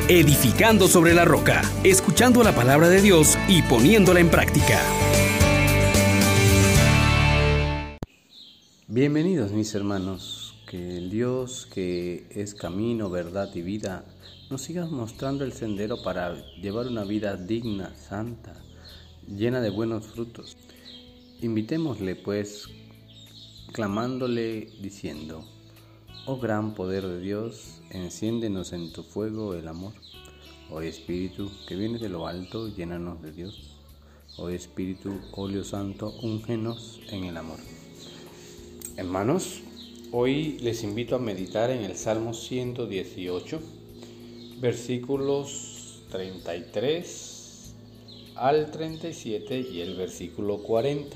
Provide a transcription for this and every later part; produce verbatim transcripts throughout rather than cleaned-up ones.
edificando sobre la roca, escuchando la palabra de Dios y poniéndola en práctica. Bienvenidos mis hermanos, que el Dios que es camino, verdad y vida nos siga mostrando el sendero para llevar una vida digna, santa, llena de buenos frutos. Invitémosle pues, clamándole, diciendo: oh gran poder de Dios, enciéndenos en tu fuego el amor. Oh Espíritu, que viene de lo alto, llénanos de Dios. Oh Espíritu, óleo santo, úngenos en el amor. Hermanos, hoy les invito a meditar en el Salmo ciento dieciocho, versículos treinta y tres al treinta y siete y el versículo cuarenta.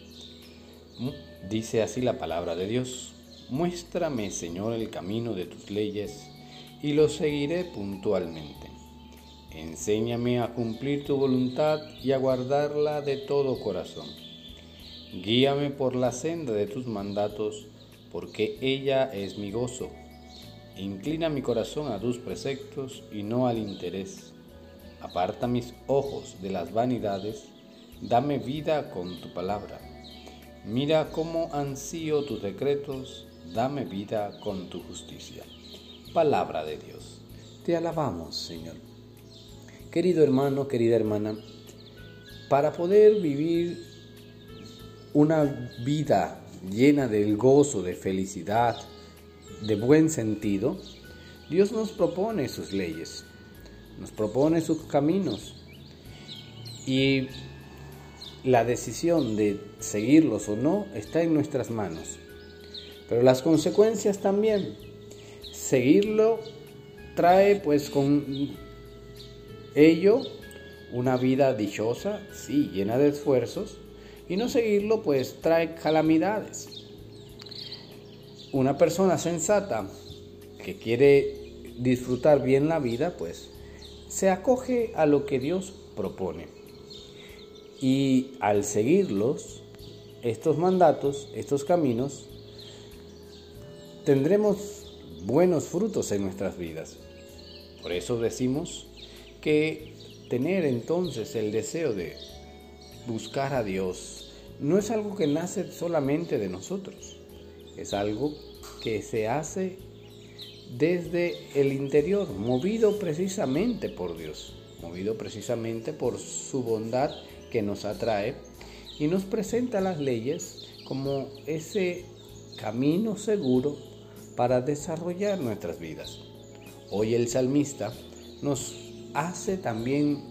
Dice así la palabra de Dios: muéstrame, Señor, el camino de tus leyes, y lo seguiré puntualmente. Enséñame a cumplir tu voluntad y a guardarla de todo corazón. Guíame por la senda de tus mandatos, porque ella es mi gozo. Inclina mi corazón a tus preceptos y no al interés. Aparta mis ojos de las vanidades, dame vida con tu palabra. Mira cómo ansío tus decretos, dame vida con tu justicia. Palabra de Dios. Te alabamos, Señor. Querido hermano, querida hermana, para poder vivir una vida llena del gozo, de felicidad, de buen sentido, Dios nos propone sus leyes, nos propone sus caminos, y la decisión de seguirlos o no está en nuestras manos. Pero las consecuencias también. Seguirlo trae pues con ello una vida dichosa, sí, llena de esfuerzos, y no seguirlo pues trae calamidades. Una persona sensata que quiere disfrutar bien la vida pues se acoge a lo que Dios propone. Y al seguirlos, estos mandatos, estos caminos, tendremos buenos frutos en nuestras vidas. Por eso decimos que tener entonces el deseo de buscar a Dios no es algo que nace solamente de nosotros, es algo que se hace desde el interior, movido precisamente por Dios, movido precisamente por su bondad que nos atrae y nos presenta las leyes como ese camino seguro para desarrollar nuestras vidas. Hoy el salmista nos hace también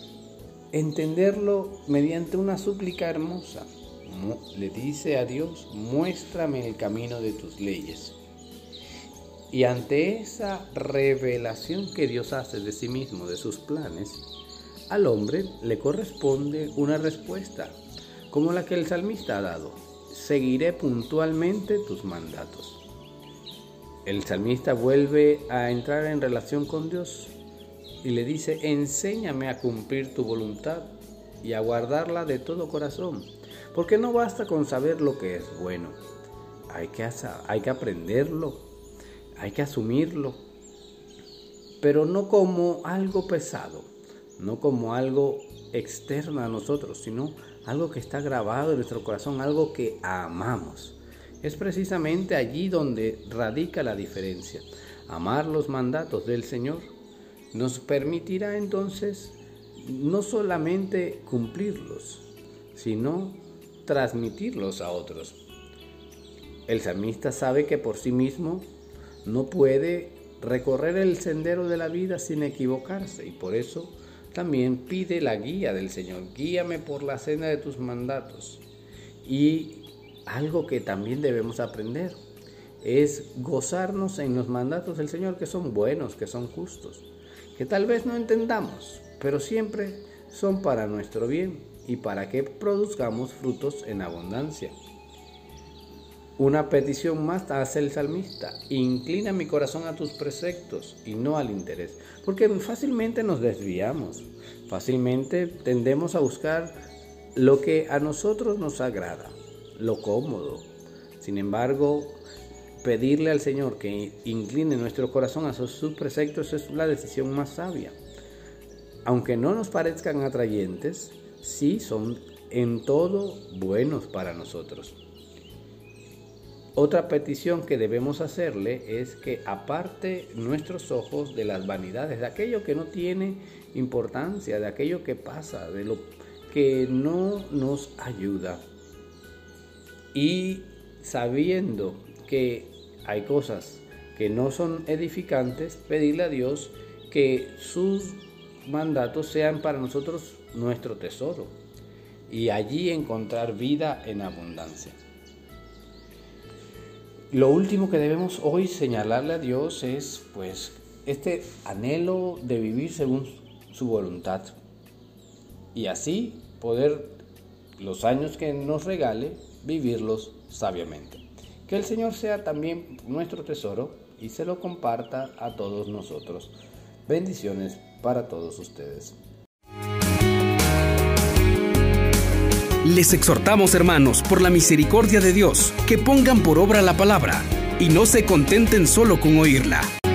entenderlo mediante una súplica hermosa. Le dice a Dios: muéstrame el camino de tus leyes. Y ante esa revelación que Dios hace de sí mismo, de sus planes, al hombre le corresponde una respuesta, como la que el salmista ha dado: seguiré puntualmente tus mandatos. El salmista vuelve a entrar en relación con Dios y le dice: enséñame a cumplir tu voluntad y a guardarla de todo corazón, porque no basta con saber lo que es bueno, hay que, hay que aprenderlo, hay que asumirlo, pero no como algo pesado, no como algo externo a nosotros, sino algo que está grabado en nuestro corazón, algo que amamos. Es precisamente allí donde radica la diferencia. Amar los mandatos del Señor nos permitirá entonces no solamente cumplirlos, sino transmitirlos a otros. El salmista sabe que por sí mismo no puede recorrer el sendero de la vida sin equivocarse, y por eso también pide la guía del Señor. Guíame por la senda de tus mandatos. Y algo que también debemos aprender es gozarnos en los mandatos del Señor, que son buenos, que son justos, que tal vez no entendamos, pero siempre son para nuestro bien y para que produzcamos frutos en abundancia. Una petición más hace el salmista: inclina mi corazón a tus preceptos y no al interés, porque fácilmente nos desviamos, fácilmente tendemos a buscar lo que a nosotros nos agrada, lo cómodo. Sin embargo, pedirle al Señor que incline nuestro corazón a sus preceptos es la decisión más sabia. Aunque no nos parezcan atrayentes, sí son en todo buenos para nosotros. Otra petición que debemos hacerle es que aparte nuestros ojos de las vanidades, de aquello que no tiene importancia, de aquello que pasa, de lo que no nos ayuda. Y sabiendo que hay cosas que no son edificantes, pedirle a Dios que sus mandatos sean para nosotros nuestro tesoro y allí encontrar vida en abundancia. Lo último que debemos hoy señalarle a Dios es pues este anhelo de vivir según su voluntad y así poder los años que nos regale vivirlos sabiamente. Que el Señor sea también nuestro tesoro y se lo comparta a todos nosotros. Bendiciones para todos ustedes. Les exhortamos, hermanos, por la misericordia de Dios, que pongan por obra la palabra y no se contenten solo con oírla.